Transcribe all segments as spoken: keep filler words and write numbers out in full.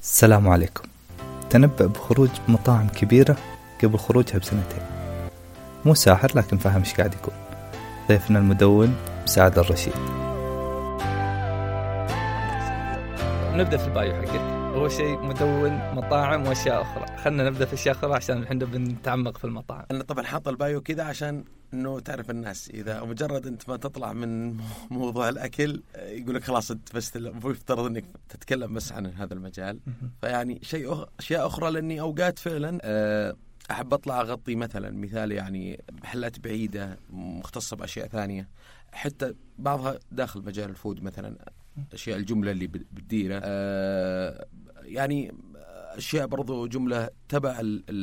السلام عليكم. تنبأ بخروج مطاعم كبيرة قبل خروجها بسنتين. مو ساحر لكن فاهم ايش قاعد يكون. ضيفنا المدون سعد الرشيد. نبدأ في البايو حقك. أول شيء مدون مطاعم وأشياء أخرى. خلنا نبدأ في أشياء أخرى عشان الحين بنتعمق في المطاعم. أنا طبعا حاط البايو كذا عشان إنه تعرف الناس إذا مجرد أنت ما تطلع من موضوع الأكل يقولك خلاص أنت بس يفترض إنك تتكلم بس عن هذا المجال. فيعني شيء أخ... أشياء أخرى لأني أوقات فعلا أحب أطلع أغطي مثلا مثال يعني محلات بعيدة مختصة بأشياء ثانية، حتى بعضها داخل مجال الفود مثلا أشياء الجملة اللي بتديره أه يعني أشياء برضو جملة تبع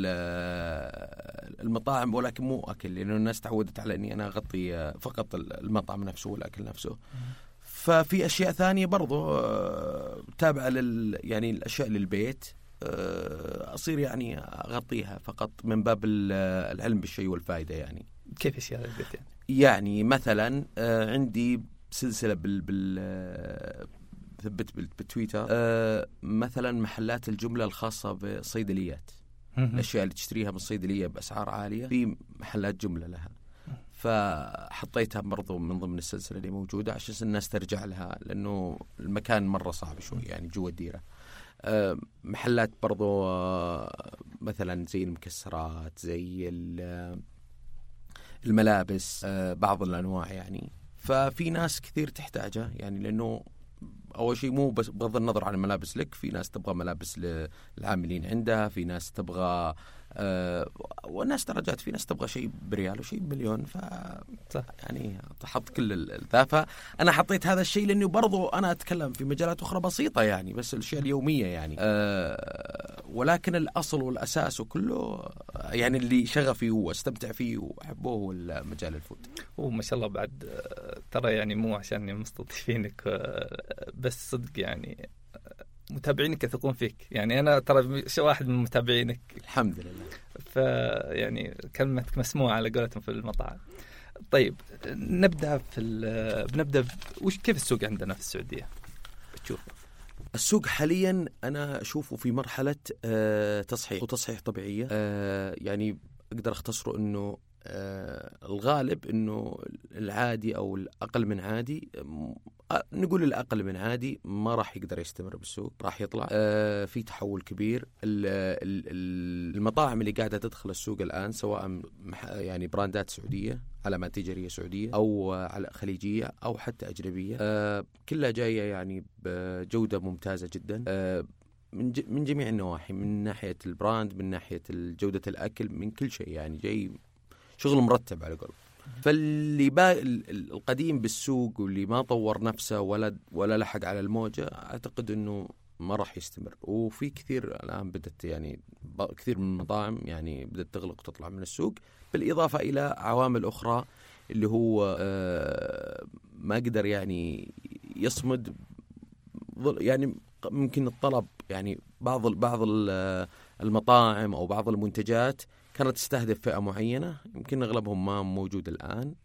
المطاعم ولكن مو أكل، لأنه الناس تعودت على أني أنا أغطي فقط المطعم نفسه والأكل نفسه. ففي أشياء ثانية برضو تابعة لل يعني الأشياء للبيت أصير يعني أغطيها فقط من باب العلم بالشيء والفائدة. يعني كيف أشياء للبيت يعني؟ يعني مثلا عندي سلسلة بال بال ثبت بالتويتر أه مثلا محلات الجملة الخاصة بالصيدليات، الأشياء اللي تشتريها من الصيدلية بأسعار عالية في محلات جملة لها، فحطيتها برضو من ضمن السلسلة اللي موجودة عشان الناس ترجع لها، لأنه المكان مرة صعب شوي يعني جوا الديرة. أه محلات برضو أه مثلا زي المكسرات زي الملابس أه بعض الأنواع يعني. ففي ناس كثير تحتاجها يعني، لأنه أول شيء مو بس بغض النظر عن الملابس لك، في ناس تبغى ملابس للعاملين عندها، في ناس تبغى أه والناس درجات، في ناس تبغى شيء بريال وشيء بمليون. ف يعني تحط كل الذافة. أنا حطيت هذا الشيء لأنه برضو أنا أتكلم في مجالات أخرى بسيطة يعني، بس الأشياء اليومية يعني أه ولكن الأصل والأساس وكله يعني اللي شغفي واستمتع فيه وأحبه هو المجال الفود. وما شاء الله بعد ترى يعني مو عشان مستضيفينك بس صدق يعني متابعينك يثقون فيك. يعني أنا ترى شو واحد من متابعينك الحمد لله، فيعني كلمتك مسموعة على قولتهم في المطاعم. طيب نبدأ في بنبدأ وش كيف السوق عندنا في السعودية بتشوف؟ السوق حاليا أنا أشوفه في مرحلة أه تصحيح وتصحيح طبيعية. أه يعني أقدر أختصره إنه أه الغالب إنه العادي أو الأقل من عادي، نقول الأقل من عادي ما راح يقدر يستمر بالسوق، راح يطلع أه في تحول كبير. المطاعم اللي قاعدة تدخل السوق الآن سواء يعني براندات سعودية، علامات تجارية سعودية أو على خليجية أو حتى أجنبية، أه كلها جاية يعني بجودة ممتازة جدا أه من من جميع النواحي، من ناحية البراند، من ناحية جودة الأكل، من كل شيء يعني جاي شغل مرتب على قول. فاللي باقي القديم بالسوق واللي ما طور نفسه ولا ولا لحق على الموجة أعتقد إنه ما راح يستمر. وفي كثير الآن بدت يعني كثير من المطاعم يعني بدت تغلق وتطلع من السوق، بالإضافة إلى عوامل أخرى اللي هو آه ما قدر يعني يصمد يعني ممكن الطلب يعني بعض بعض المطاعم أو بعض المنتجات كانت تستهدف فئة معينة، يمكن أغلبهم ما موجود الآن،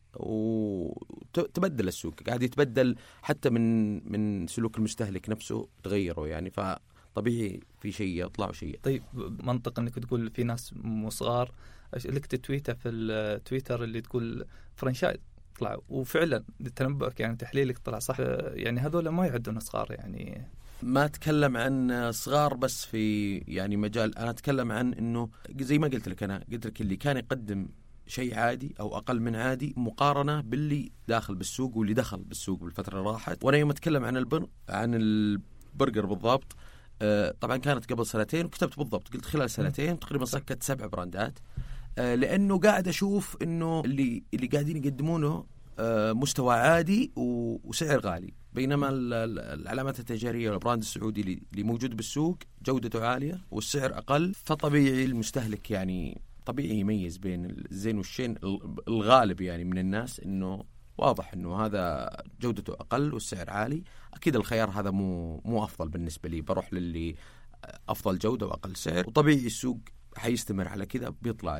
وتبدل السوق قاعد يتبدل حتى من من سلوك المستهلك نفسه تغيره يعني، فطبيعي في شيء يطلع وشيء. طيب منطق انك تقول في ناس مو صغار، لك تتويته في التويتر اللي تقول فرنشايز طلع، وفعلا تنبؤك يعني تحليلك طلع صح، يعني هذول ما يعدون صغار يعني. ما أتكلم عن صغار بس في يعني مجال، أنا أتكلم عن إنه زي ما قلت لك، أنا قلت لك اللي كان يقدم شيء عادي أو أقل من عادي مقارنة باللي داخل بالسوق واللي دخل بالسوق بالفترة اللي راحت. وأنا يوم أتكلم عن البر عن البرجر بالضبط، آه طبعا كانت قبل سنتين وكتبت بالضبط قلت خلال سنتين تقريبا سكت سبع براندات، آه لأنه قاعد أشوف إنه اللي اللي قاعدين يقدمونه آه مستوى عادي وسعر غالي، بينما العلامات التجارية والبراند السعودي اللي موجود بالسوق جودته عالية والسعر أقل. فطبيعي المستهلك يعني طبيعي يميز بين الزين والشين. الغالب يعني من الناس إنه واضح إنه هذا جودته أقل والسعر عالي، أكيد الخيار هذا مو مو أفضل بالنسبة لي، بروح للي أفضل جودة وأقل سعر. وطبيعي السوق حيستمر على كذا، بيطلع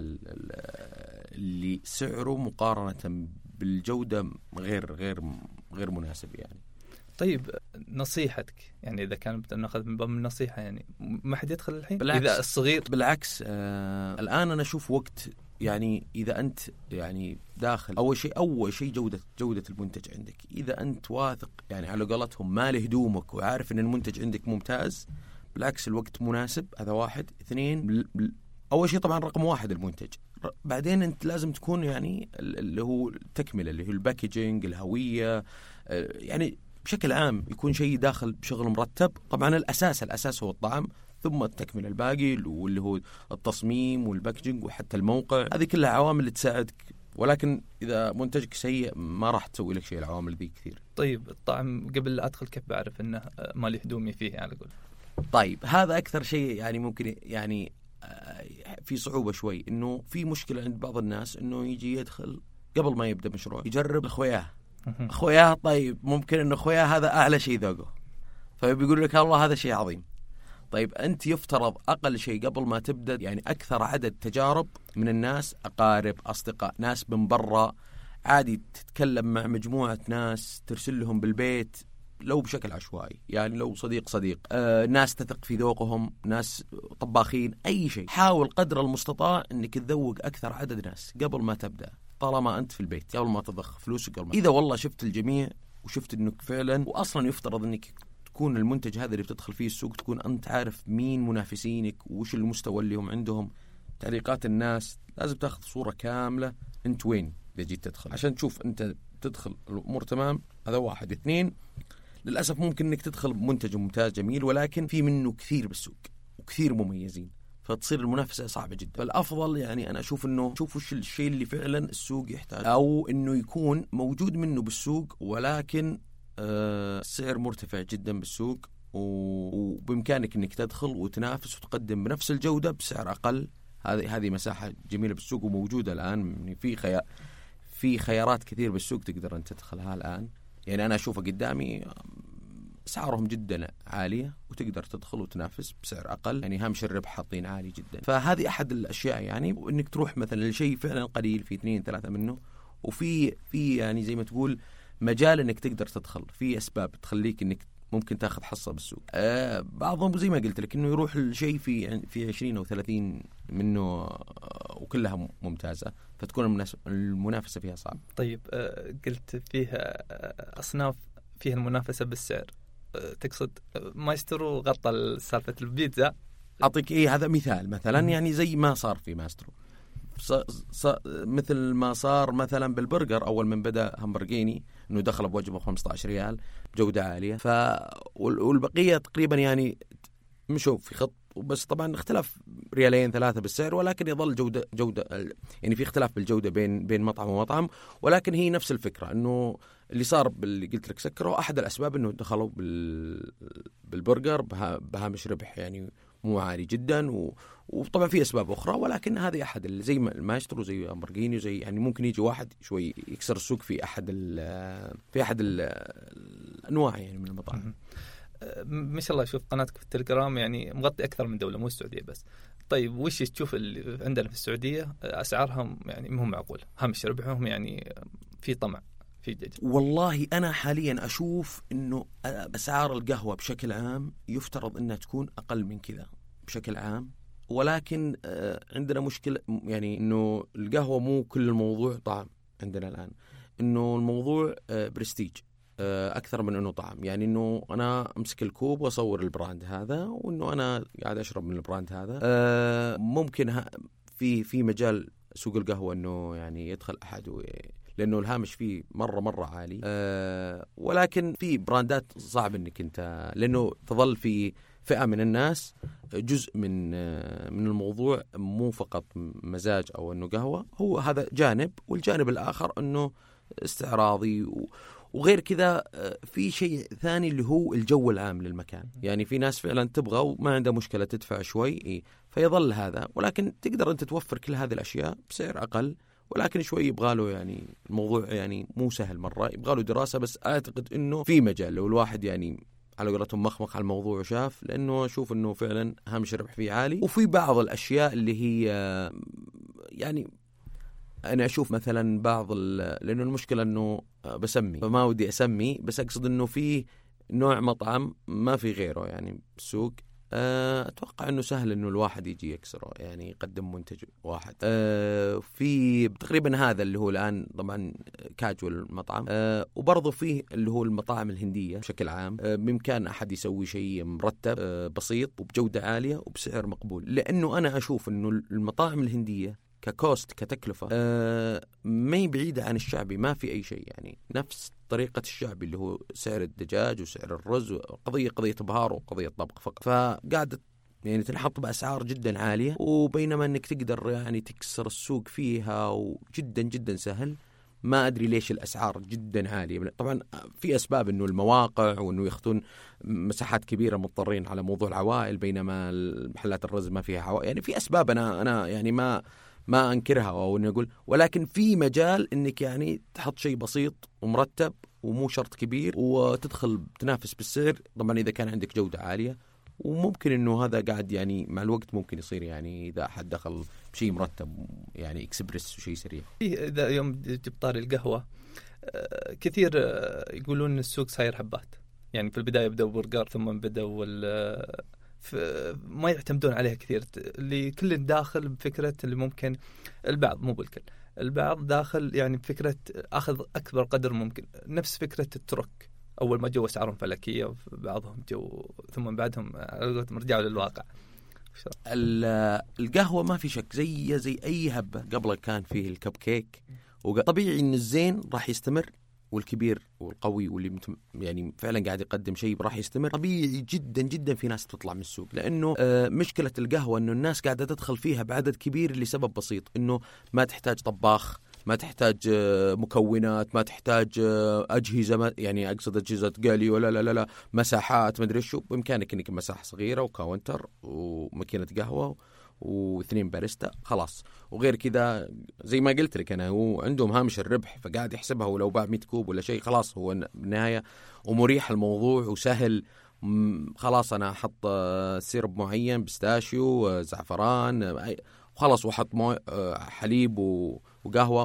اللي سعره مقارنة بالجودة غير غير غير مناسب يعني. طيب نصيحتك يعني إذا كان بناخذ من باب النصيحة يعني ما حد يدخل الحين بالعكس إذا الصغير بالعكس آه الآن أنا أشوف وقت يعني إذا أنت يعني داخل أول شيء أول شيء جودة جودة المنتج عندك. إذا أنت واثق يعني على قولتهم مالي هدومك وعارف إن المنتج عندك ممتاز، بالعكس الوقت مناسب. هذا واحد. اثنين، أول شيء طبعا رقم واحد المنتج، بعدين أنت لازم تكون يعني اللي هو التكملة اللي هو الباكيجينج، الهوية، يعني بشكل عام يكون شيء داخل بشغل مرتب. طبعا الأساس الأساس هو الطعم، ثم التكملة الباقي واللي هو التصميم والباكجينج وحتى الموقع. هذه كلها عوامل اللي تساعدك، ولكن إذا منتجك سيء ما راح تسوي لك شيء. العوامل ذي كثير. طيب الطعم قبل لا أدخل كيف بعرف إنه مالي هدومي فيه يعني أقول؟ طيب هذا أكثر شيء يعني ممكن يعني في صعوبة شوي، إنه في مشكلة عند بعض الناس إنه يجي يدخل قبل ما يبدأ مشروع يجرب أخوياه أخوياه طيب ممكن إنه أخوياه هذا أعلى شيء ذوقه، فبيقول لك الله هذا شيء عظيم. طيب أنت يفترض أقل شيء قبل ما تبدأ يعني أكثر عدد تجارب من الناس، أقارب، أصدقاء، ناس من برا، عادي تتكلم مع مجموعة ناس ترسل لهم بالبيت لو بشكل عشوائي، يعني لو صديق صديق آه، ناس تثق في ذوقهم، ناس طباخين، أي شيء. حاول قدر المستطاع أنك تذوق أكثر عدد ناس قبل ما تبدأ، طالما أنت في البيت، قبل ما تضخ فلوسك. قبل ما إذا والله شفت الجميع وشفت أنك فعلا، وأصلا يفترض أنك تكون المنتج هذا اللي بتدخل فيه السوق تكون أنت عارف مين منافسينك وش المستوى اللي هم عندهم، تعليقات الناس، لازم تاخذ صورة كاملة أنت وين إذا جيت تدخل عشان تشوف أنت تدخل الأمور تمام. هذا واحد. اثنين، للأسف ممكن أنك تدخل منتج ممتاز جميل ولكن في منه كثير بالسوق وكثير مميزين، فتصير المنافسة صعبة جدا. فالأفضل يعني أنا أشوف أنه شوفوا وش الشيء اللي فعلا السوق يحتاج، أو أنه يكون موجود منه بالسوق ولكن آه السعر مرتفع جدا بالسوق، وبإمكانك أنك تدخل وتنافس وتقدم بنفس الجودة بسعر أقل. هذه هذه مساحة جميلة بالسوق وموجودة الآن، في خيار في خيارات كثير بالسوق تقدر أن تدخلها الآن. يعني أنا أشوفه قدامي أسعارهم جدا عالية وتقدر تدخل وتنافس بسعر أقل، يعني هامش الربح حاطين عالي جدا. فهذه أحد الأشياء، يعني إنك تروح مثلا لشيء فعلا قليل في اثنين ثلاثة منه، وفي في يعني زي ما تقول مجال إنك تقدر تدخل في أسباب تخليك إنك ممكن تاخذ حصة بالسوق. آه بعضهم زي ما قلت لك إنه يروح الشيء في في عشرين أو ثلاثين منه آه وكلها ممتازة، فتكون المنافسة فيها صعب. طيب آه قلت فيها أصناف فيها المنافسة بالسعر، آه تقصد مايسترو غطى سالفة البيتزا؟ أعطيك إيه هذا مثال مثلا، يعني زي ما صار في ماسترو، ص... ص... مثل ما صار مثلا بالبرجر أول من بدأ همبرجيني إنه دخل بوجبة خمسة عشر ريال بجودة عالية، ف والبقية تقريبا يعني مشوا في خط، بس طبعا اختلاف ريالين ثلاثة بالسعر، ولكن يظل جودة جودة يعني في اختلاف بالجودة بين بين مطعم ومطعم، ولكن هي نفس الفكرة. إنه اللي صار باللي قلت لك سكروا أحد الأسباب إنه دخلوا بال بالبرجر بها... بهامش ربح يعني مو عالي جدا، و... وطبعا في أسباب أخرى، ولكن هذه أحد اللي زي المايسترو زي همبرجيني زي يعني ممكن يجي واحد شوي يكسر السوق في أحد ال... في أحد ال... الأنواع يعني من المطاعم. ما شاء الله أشوف قناتك في التليجرام يعني مغطي أكثر من دولة مو السعودية بس. طيب وش تشوف اللي عندنا في السعودية أسعارهم يعني مو معقول، هامش ربحهم يعني في طمع في جد؟ والله أنا حاليا أشوف إنه أسعار القهوة بشكل عام يفترض إنها تكون أقل من كذا بشكل عام، ولكن عندنا مشكلة يعني إنه القهوة مو كل الموضوع طعم عندنا الآن، إنه الموضوع برستيج أكثر من إنه طعم. يعني إنه أنا أمسك الكوب وأصور البراند هذا وإنه أنا قاعد أشرب من البراند هذا. ممكن في في مجال سوق القهوة إنه يعني يدخل أحد لأنه الهامش فيه مرة مرة عالي، ولكن في براندات صعب إنك أنت لأنه تظل في فئة من الناس جزء من من الموضوع، مو فقط مزاج أو إنه قهوة، هو هذا جانب، والجانب الآخر إنه استعراضي، وغير كذا في شيء ثاني اللي هو الجو العام للمكان. يعني في ناس فعلا تبغى وما عنده مشكلة تدفع شوي فيظل هذا، ولكن تقدر أنت توفر كل هذه الأشياء بسعر أقل، ولكن شوي يبغاله يعني الموضوع يعني مو سهل مرة، يبغاله دراسة، بس أعتقد إنه في مجال لو الواحد يعني على قولتهم مخمخ على الموضوع وشاف، لأنه أشوف إنه فعلا هامش الربح فيه عالي. وفي بعض الأشياء اللي هي يعني أنا أشوف مثلا بعض لأنه المشكلة إنه بسمي فما ودي أسمي، بس أقصد إنه في نوع مطعم ما في غيره يعني بالسوق. أتوقع أنه سهل أنه الواحد يجي يكسره، يعني يقدم منتج واحد. أه في تقريبا هذا اللي هو الآن طبعا كاجوال مطعم. أه وبرضه فيه اللي هو المطاعم الهندية بشكل عام. أه بإمكان أحد يسوي شيء مرتب أه بسيط وبجودة عالية وبسعر مقبول، لأنه أنا أشوف أنه المطاعم الهندية ككوست كتكلفة أه ما هي بعيدة عن الشعبي، ما في أي شيء، يعني نفس طريقة الشعبي اللي هو سعر الدجاج وسعر الرز، قضية قضية بهار وقضية طبخ فقط. فقاعدة يعني تنحط بأسعار جدا عالية، وبينما أنك تقدر يعني تكسر السوق فيها وجدا جدا سهل. ما أدري ليش الأسعار جدا عالية. طبعا في أسباب، أنه المواقع وأنه يأخذون مساحات كبيرة مضطرين على موضوع العوائل، بينما محلات الرز ما فيها عوائل. يعني في أسباب أنا أنا يعني ما ما أنكرها أو أني أقول، ولكن في مجال أنك يعني تحط شيء بسيط ومرتب ومو شرط كبير وتدخل تنافس بالسعر، طبعا إذا كان عندك جودة عالية. وممكن أنه هذا قاعد يعني مع الوقت ممكن يصير، يعني إذا أحد دخل بشيء مرتب يعني إكسبرس وشيء سريع. إذا يوم جبت طاري القهوة كثير يقولون السوق صاير حبات، يعني في البداية بدأوا برجر ثم بدأوا ما يعتمدون عليها كثير، اللي كل داخل بفكرة اللي ممكن البعض مو بالكل، البعض داخل يعني بفكرة أخذ أكبر قدر ممكن. نفس فكرة الترك، أول ما جو أسعارهم فلكية بعضهم جو ثم بعدهم رجعوا للواقع. القهوة ما في شك زي زي أي هبة، قبل كان فيه الكب كيك، وطبيعي إن الزين راح يستمر والكبير والقوي واللي متم يعني فعلا قاعد يقدم شيء راح يستمر. طبيعي جدا جدا في ناس تطلع من السوق، لأنه آه مشكلة القهوة أنه الناس قاعدة تدخل فيها بعدد كبير لسبب بسيط، أنه ما تحتاج طباخ، ما تحتاج آه مكونات، ما تحتاج آه أجهزة، ما يعني أقصد أجهزة قالي ولا لا لا لا مساحات ما أدري شو. بإمكانك إنك مساحة صغيرة وكاونتر وماكينة قهوة واثنين باريستا خلاص. وغير كذا زي ما قلت لك أنا، هو عندهم هامش الربح، فقاعد يحسبها، ولو باع مية كوب ولا شيء خلاص هو بالنهاية ومريح الموضوع وسهل. خلاص أنا أحط سيرب معين بستاشيو زعفران وخلاص، وأحط حليب وقهوة،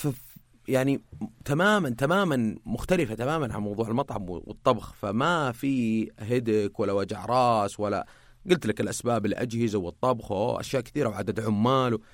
يعني تماما تماما مختلفة تماما عن موضوع المطعم والطبخ. فما في هدك ولا وجع راس، ولا قلت لك الأسباب الأجهزة والطبخ وأشياء كثيرة وعدد عمال و...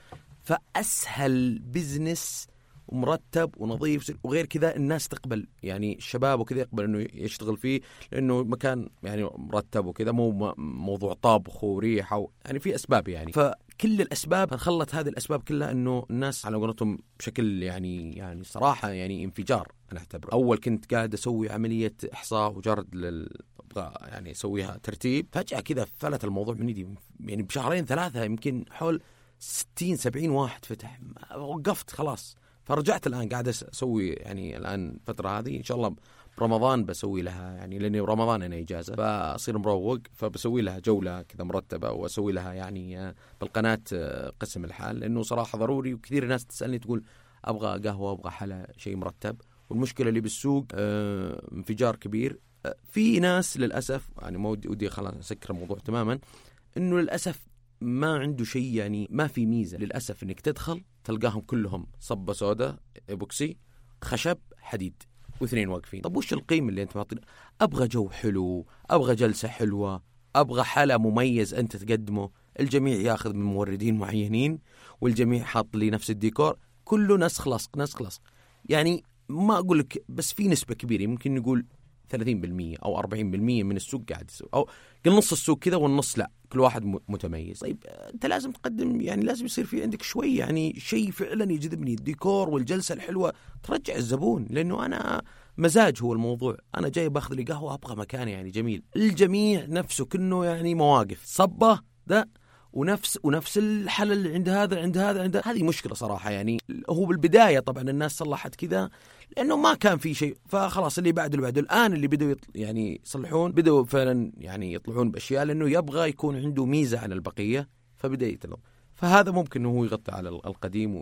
فأسهل بزنس ومرتب ونظيف. وغير كذا الناس تقبل، يعني الشباب وكذا يقبل إنه يشتغل فيه، لأنه مكان يعني مرتب وكذا، مو موضوع طبخ وريحة و... يعني في أسباب يعني. فكل الأسباب خلت هذه الأسباب كلها إنه الناس على قولتهم بشكل يعني يعني صراحة يعني انفجار. أنا أعتبر أول كنت قاعد أسوي عملية إحصاء وجرد لل يعني يسويها ترتيب، فجأة كذا فلت الموضوع من يدي، يعني بشهرين ثلاثة يمكن حول ستين سبعين واحد فتح، وقفت خلاص. فرجعت الآن قاعد أسوي يعني الآن فترة هذه إن شاء الله برمضان بسوي لها، يعني لأني رمضان أنا إجازة فأصير مروق، فبسوي لها جولة كذا مرتبة، وأسوي لها يعني بالقناة قسم الحال، لأنه صراحة ضروري. وكثير ناس تسألني تقول أبغى قهوة أبغى حلا شيء مرتب، والمشكلة اللي بالسوق اه انفجار كبير. في ناس للأسف يعني ما ودي ودي خلاص أسكر الموضوع تماما، إنه للأسف ما عنده شيء، يعني ما في ميزة للأسف إنك تدخل تلقاهم كلهم صبة سوداء إيبوكسي خشب حديد واثنين واقفين. طب وش القيمة اللي أنت معطينا؟ أبغى جو حلو، أبغى جلسة حلوة، أبغى حلا مميز أنت تقدمه. الجميع يأخذ من موردين معينين، والجميع حاط لي نفس الديكور، كله نسخ لصق نسخ لصق. يعني ما أقول لك، بس في نسبة كبيرة ممكن نقول ثلاثين بالمية أو أربعين بالمية من السوق قاعد يسوي، أو نص السوق كذا والنص لا، كل واحد متميز. طيب أنت لازم تقدم، يعني لازم يصير في عندك شوي يعني شيء فعلا يجذبني، الديكور والجلسة الحلوة ترجع الزبون، لأنه أنا مزاج هو الموضوع. أنا جاي باخذ لي قهوة أبغى مكان يعني جميل، الجميع نفسه كأنه يعني مواقف صبة ده ونفس ونفس الحل اللي عند هذا عند هذا عند هذه مشكلة صراحة. يعني هو بالبداية طبعا الناس صلحت كذا لأنه ما كان في شيء، فخلاص اللي بعد اللي بعد الآن اللي بدوا يطل يعني يصلحون، بدوا فعلا يعني يطلعون بأشياء، لأنه يبغى يكون عنده ميزة عن البقية، فبدأ يطلع. فهذا ممكن إنه هو يغطي على القديم.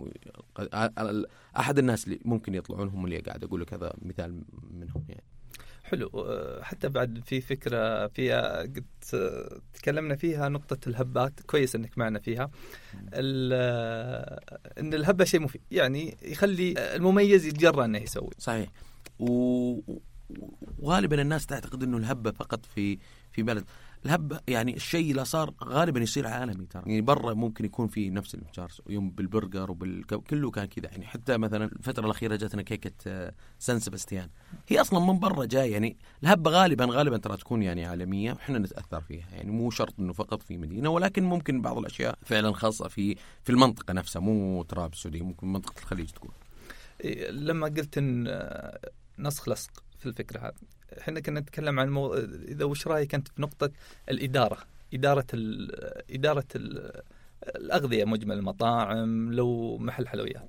وأحد الناس اللي ممكن يطلعون هم اللي قاعد أقول لك، هذا مثال منهم يعني. حلو. حتى بعد في فكرة فيها قد تكلمنا فيها، نقطة الهبات، كويس انك معنا فيها. ان الهبة شيء مفيد، يعني يخلي المميز يتجرأ انه يسوي. صحيح. و... وغالبا الناس تعتقد انه الهبه فقط في في بلد. الهبه يعني الشيء اللي صار غالبا يصير عالمي ترى. يعني برا ممكن يكون في نفس الانفجار يوم بالبرجر وبال كله كان كذا. يعني حتى مثلا الفتره الاخيره جاتنا كيكه سان سباستيان هي اصلا من برا جاي. يعني الهبه غالبا غالبا ترى تكون يعني عالميه وإحنا نتاثر فيها. يعني مو شرط انه فقط في مدينه، ولكن ممكن بعض الاشياء فعلا خاصه في في المنطقه نفسها، مو ترى بالسعوديه، ممكن منطقه الخليج تكون. لما قلت ان نسخ لصق في الفكره هذه، احنا كنا نتكلم عن مو... اذا وش رايك انت في نقطه الاداره، اداره ال... اداره ال... الاغذيه، مجمل المطاعم لو محل حلويات،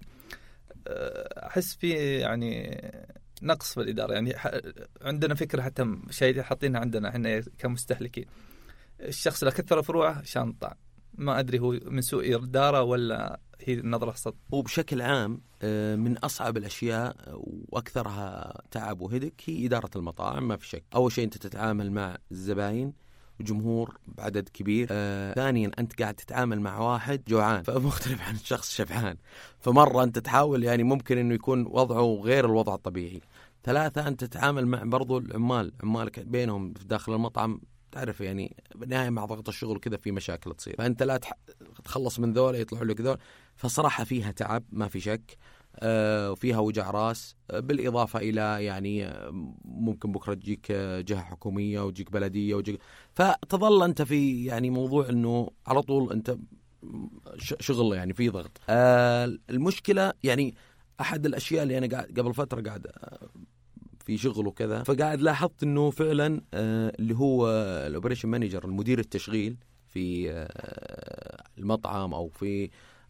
احس في يعني نقص في الاداره. يعني عندنا فكره حتى شيء حاطينها عندنا احنا كمستهلكين، الشخص اللي كثر فروعه شنطه، ما ادري هو من سوء اداره ولا هي نظرة صد. وبشكل عام من أصعب الأشياء وأكثرها تعب وهدك هي إدارة المطاعم. ما في شك، أول شيء أنت تتعامل مع الزباين وجمهور بعدد كبير. آه، ثانيا أنت قاعد تتعامل مع واحد جوعان فمختلف عن شخص شبعان، فمرة أنت تحاول يعني ممكن أنه يكون وضعه غير الوضع الطبيعي. ثلاثة أنت تتعامل مع برضو العمال، عمالك بينهم داخل المطعم تعرف يعني بالنهاية مع ضغط الشغل كذا في مشاكل تصير، فأنت لا تخلص من ذول يطلعوا لك ذول. فصراحة فيها تعب ما في شك، آه، وفيها وجع راس، آه، بالإضافة إلى يعني آه، ممكن بكرة تجيك آه، جهة حكومية وتجيك بلدية وتجيك، فتظل أنت في يعني موضوع أنه على طول أنت شغل يعني في ضغط. آه، المشكلة يعني أحد الأشياء اللي أنا قاعد قبل فترة قاعد آه في شغل وكذا، فقاعد لاحظت انه فعلا آه اللي هو الاوبريشن مانجر، المدير التشغيل في آه المطعم او في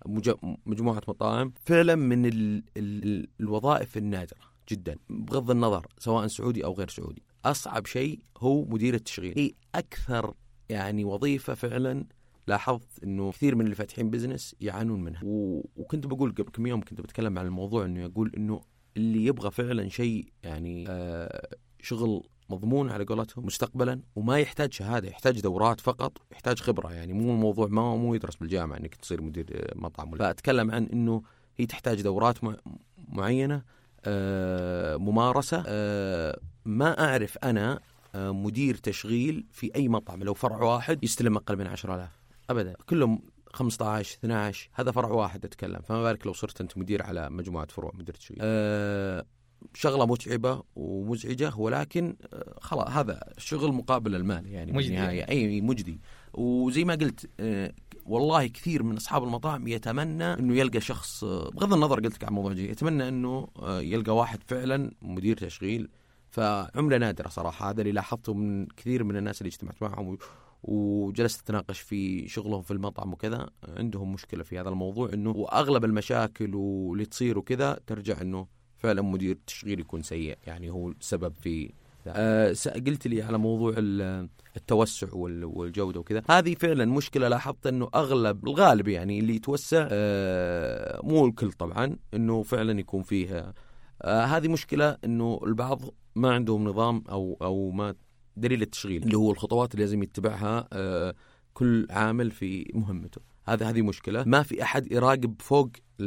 مجموعة مطاعم، فعلا من ال ال الوظائف النادرة جدا بغض النظر سواء سعودي او غير سعودي. اصعب شيء هو مدير التشغيل، هي اكثر يعني وظيفة فعلا لاحظت انه كثير من اللي فاتحين بزنس يعانون منها. وكنت بقول قبل كم يوم كنت بتكلم عن الموضوع، انه يقول انه اللي يبغى فعلا شيء يعني آه شغل مضمون على قولتهم مستقبلا، وما يحتاج شهادة، يحتاج دورات فقط، يحتاج خبرة. يعني مو الموضوع ما مو يدرس بالجامعة انك تصير مدير مطعم. فأتكلم عن انه هي تحتاج دورات معينة، آه ممارسة. آه ما أعرف أنا آه مدير تشغيل في أي مطعم لو فرع واحد يستلم أقل من عشرة آلاف أبدا، كلهم خمسة عشر اثنا عشر، هذا فرع واحد أتكلم، فما بالك لو صرت أنت مدير على مجموعة فروع مدير تشغيل. أه شغلة متعبة ومزعجة، ولكن أه خلاص هذا الشغل مقابل المال يعني مجدي بالنهاية. أي مجدي. وزي ما قلت أه والله كثير من أصحاب المطاعم يتمنى أنه يلقى شخص، بغض النظر قلت لك عن موضوع جي، يتمنى أنه أه يلقى واحد فعلا مدير تشغيل. فعملة نادرة صراحة، هذا اللي لاحظته من كثير من الناس اللي اجتمعت معهم وجلست أتناقش في شغلهم في المطعم وكذا، عندهم مشكلة في هذا الموضوع، إنه وأغلب المشاكل واللي تصير وكذا ترجع إنه فعلا مدير التشغيل يكون سيء، يعني هو السبب في. أه قلت لي على موضوع التوسع والجودة وكذا، هذه فعلا مشكلة لاحظت إنه أغلب الغالب يعني اللي يتوسع، أه مو الكل طبعا، إنه فعلا يكون فيها أه هذه مشكلة، إنه البعض ما عندهم نظام أو أو ما دليل التشغيل اللي هو الخطوات اللي لازم يتبعها آه كل عامل في مهمته. هذا هذه مشكلة، ما في أحد يراقب فوق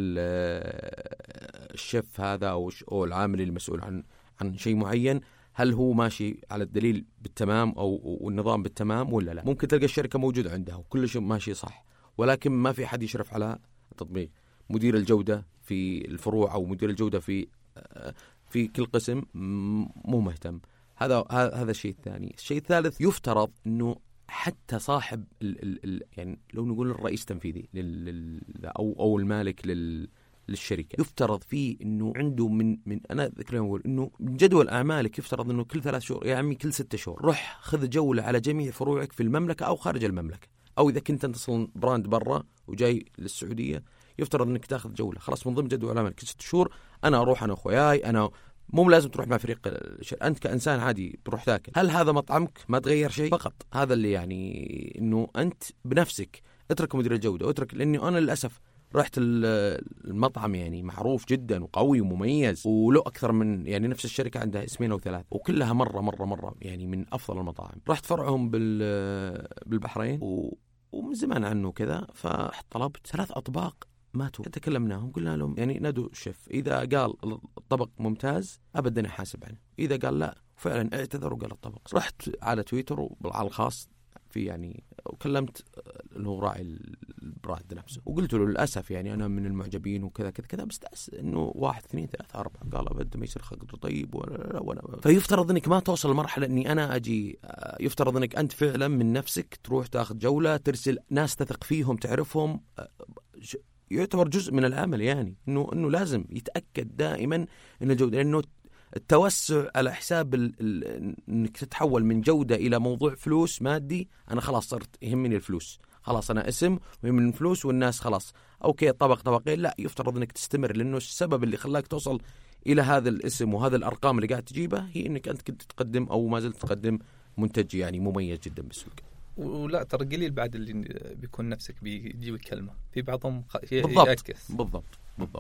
الشيف هذا أو أو العامل المسؤول عن عن شيء معين، هل هو ماشي على الدليل بالتمام أو والنظام بالتمام ولا لا. ممكن تلقى الشركة موجودة عندها وكل شيء ماشي صح، ولكن ما في أحد يشرف على التطبيق. مدير الجودة في الفروع أو مدير الجودة في آه في كل قسم مو مهتم. هذا هذا الشيء الثاني. الشيء الثالث، يفترض انه حتى صاحب ال ال ال يعني لو نقول الرئيس التنفيذي لل او او المالك لل للشركه، يفترض فيه انه عنده من من انا ذكر اقول انه من جدول اعمالك يفترض انه كل ثلاث شهور يا عمي كل ستة شهور روح خذ جوله على جميع فروعك في المملكه او خارج المملكه، او اذا كنت انت اصلا براند برا وجاي للسعوديه يفترض انك تاخذ جوله خلاص من ضمن جدول اعمالك كل ست شهور. انا اروح انا واخوياي، انا مو لازم تروح مع فريق الشر... أنت كإنسان عادي تروح تاكل. هل هذا مطعمك ما تغير شيء فقط؟ هذا اللي يعني إنه أنت بنفسك اترك مدير الجودة واترك، لأني أنا للأسف رحت المطعم يعني معروف جدا وقوي ومميز وله أكثر من يعني نفس الشركة عندها اسمين أو ثلاث وكلها مرة مرة مرة يعني من أفضل المطاعم. رحت فرعهم بال بالبحرين و... ومن زمان عنه كذا، فطلبت ثلاث أطباق ماتوا. تكلمناهم قلنا لهم يعني نادوا الشيف، إذا قال الطبق ممتاز أبدا أحاسب عنه، إذا قال لا فعلا اعتذر وقال الطبق. رحت على تويتر وعلى الخاص في يعني وكلمت اللي هو راعي البراند نفسه وقلت له للأسف يعني أنا من المعجبين وكذا كذا كذا بس إنه واحد اثنين ثلاثة أربعة. قال أبدا ما يصير خقر طيب ولا ولا. فيفترض إنك ما توصل لمرحلة إني أنا أجي، يفترض إنك أنت فعلا من نفسك تروح تأخذ جولة ترسل ناس تثق فيهم تعرفهم، يعتبر جزء من العمل يعني إنه إنه لازم يتأكد دائما إن الجودة، لأنه التوسع على حساب ال ال انك تتحول من جودة الى موضوع فلوس مادي. انا خلاص صرت يهمني الفلوس، خلاص انا اسم ويهمني الفلوس والناس خلاص اوكي طبق طبقين. لا، يفترض انك تستمر، لانه السبب اللي خلاك توصل الى هذا الاسم وهذا الارقام اللي قاعد تجيبها هي انك انت كنت تقدم او ما زلت تقدم منتج يعني مميز جدا بالسوق. ولا ترى قليل بعد اللي بيكون نفسك بيجي الكلمة، في بعضهم بالضبط يعكس. بالضبط بالضبط.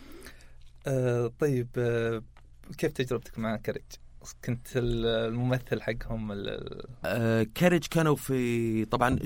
آه طيب، آه كيف تجربتك مع كاريج؟ كنت الممثل حقهم. آه كاريج كانوا في طبعا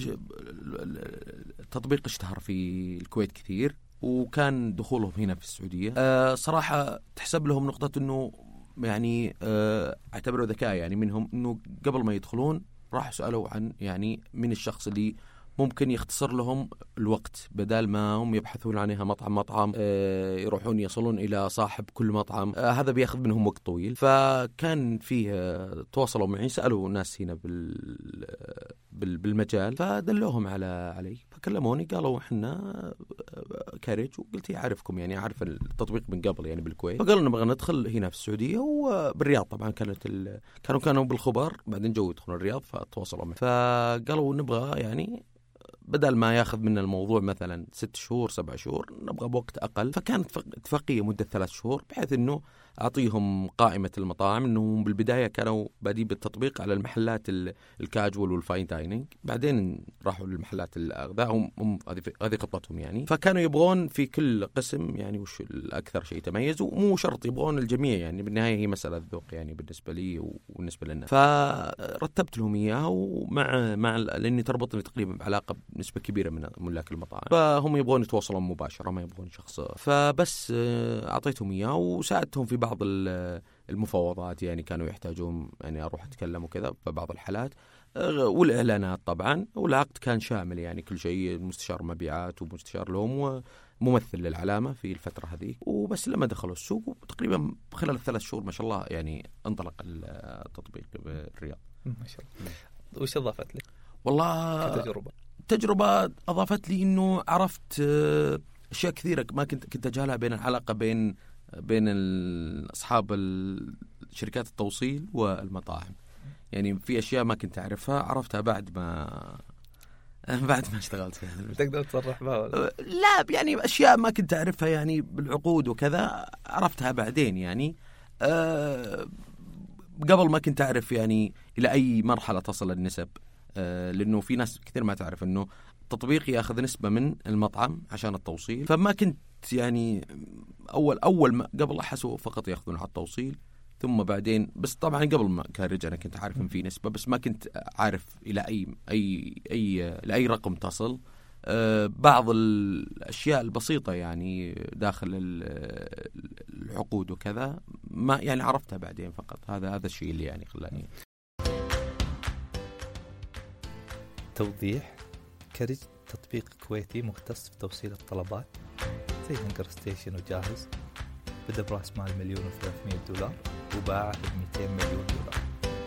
التطبيق اشتهر في الكويت كثير وكان دخولهم هنا في السعودية آه صراحة تحسب لهم نقطة انه يعني آه اعتبروا ذكاء يعني منهم، انه قبل ما يدخلون راح سألوا عن يعني من الشخص اللي ممكن يختصر لهم الوقت، بدل ما هم يبحثون عنها مطعم مطعم آه يروحون يصلون إلى صاحب كل مطعم، آه هذا بياخذ منهم وقت طويل. فكان فيه آه تواصلوا معي، سألوا ناس هنا بال بالمجال فدلوهم على علي، فكلموني قالوا احنا كاريج، وقلت اعرفكم يعني اعرف التطبيق من قبل يعني بالكويت، فقالوا نبغى ندخل هنا في السعوديه وبالرياض. طبعا كانت ال... كانوا كانوا بالخبر بعدين جو يدخلون الرياض فتواصلوا معي، فقالوا نبغى يعني بدل ما ياخذ منا الموضوع مثلا ست شهور سبع شهور نبغى بوقت أقل. فكانت اتفاقية مدة ثلاث شهور بحيث أنه أعطيهم قائمة المطاعم، أنهم بالبداية كانوا بادئين بالتطبيق على المحلات الكاجوال والفاين دايننج، بعدين راحوا للمحلات الأغذاء، هم هذه خطتهم يعني. فكانوا يبغون في كل قسم يعني وش الأكثر شيء تميز، ومو شرط يبغون الجميع يعني، بالنهاية هي مسألة ذوق يعني بالنسبة لي وبالنسبة لنا. فرتبت لهم إياها ومع مع لأني تربطني تقريبا بعلاقة نسبة كبيرة من ملاك المطاعم، فهم يبغون يتواصلون مباشرة ما يبغون شخص، فبس أعطيتهم إياه وساعدتهم في بعض المفاوضات يعني، كانوا يحتاجون يعني أروح أتكلم وكذا في بعض الحالات، والإعلانات طبعا، والعقد كان شامل يعني كل شيء، مستشار مبيعات ومستشار لهم وممثل للعلامة في الفترة هذه. وبس لما دخلوا السوق تقريبا خلال الثلاث شهور ما شاء الله يعني انطلق التطبيق بالرياض ما شاء الله. وش أضافت لك؟ والله تجربة تجربة أضافت لي إنه عرفت أشياء كثيرة ما كنت كنت أجهلها بين العلاقة بين بين أصحاب شركات التوصيل والمطاعم. يعني في أشياء ما كنت أعرفها عرفتها بعد ما بعد ما اشتغلت فيها. تقدر تصرح بها ولا؟ لا يعني أشياء ما كنت أعرفها يعني بالعقود وكذا عرفتها بعدين يعني. أه قبل ما كنت أعرف يعني إلى أي مرحلة تصل النسب، أه لأنه في ناس كثير ما تعرف إنه التطبيق يأخذ نسبة من المطعم عشان التوصيل، فما كنت يعني أول أول ما قبل أحسوا فقط يأخذون على التوصيل، ثم بعدين بس طبعا قبل ما كارج أنا كنت عارف إن في نسبة، بس ما كنت عارف إلى أي أي أي لأي رقم تصل. أه بعض الأشياء البسيطة يعني داخل العقود وكذا ما يعني عرفتها بعدين فقط. هذا هذا الشيء اللي يعني خلاني. توضيح: كارج تطبيق كويتي مختص في توصيل الطلبات زي هنجر ستيشن وجاهز، بدأ برأس مال مليون وثلاثمية دولار وباع بمئتين مليون دولار.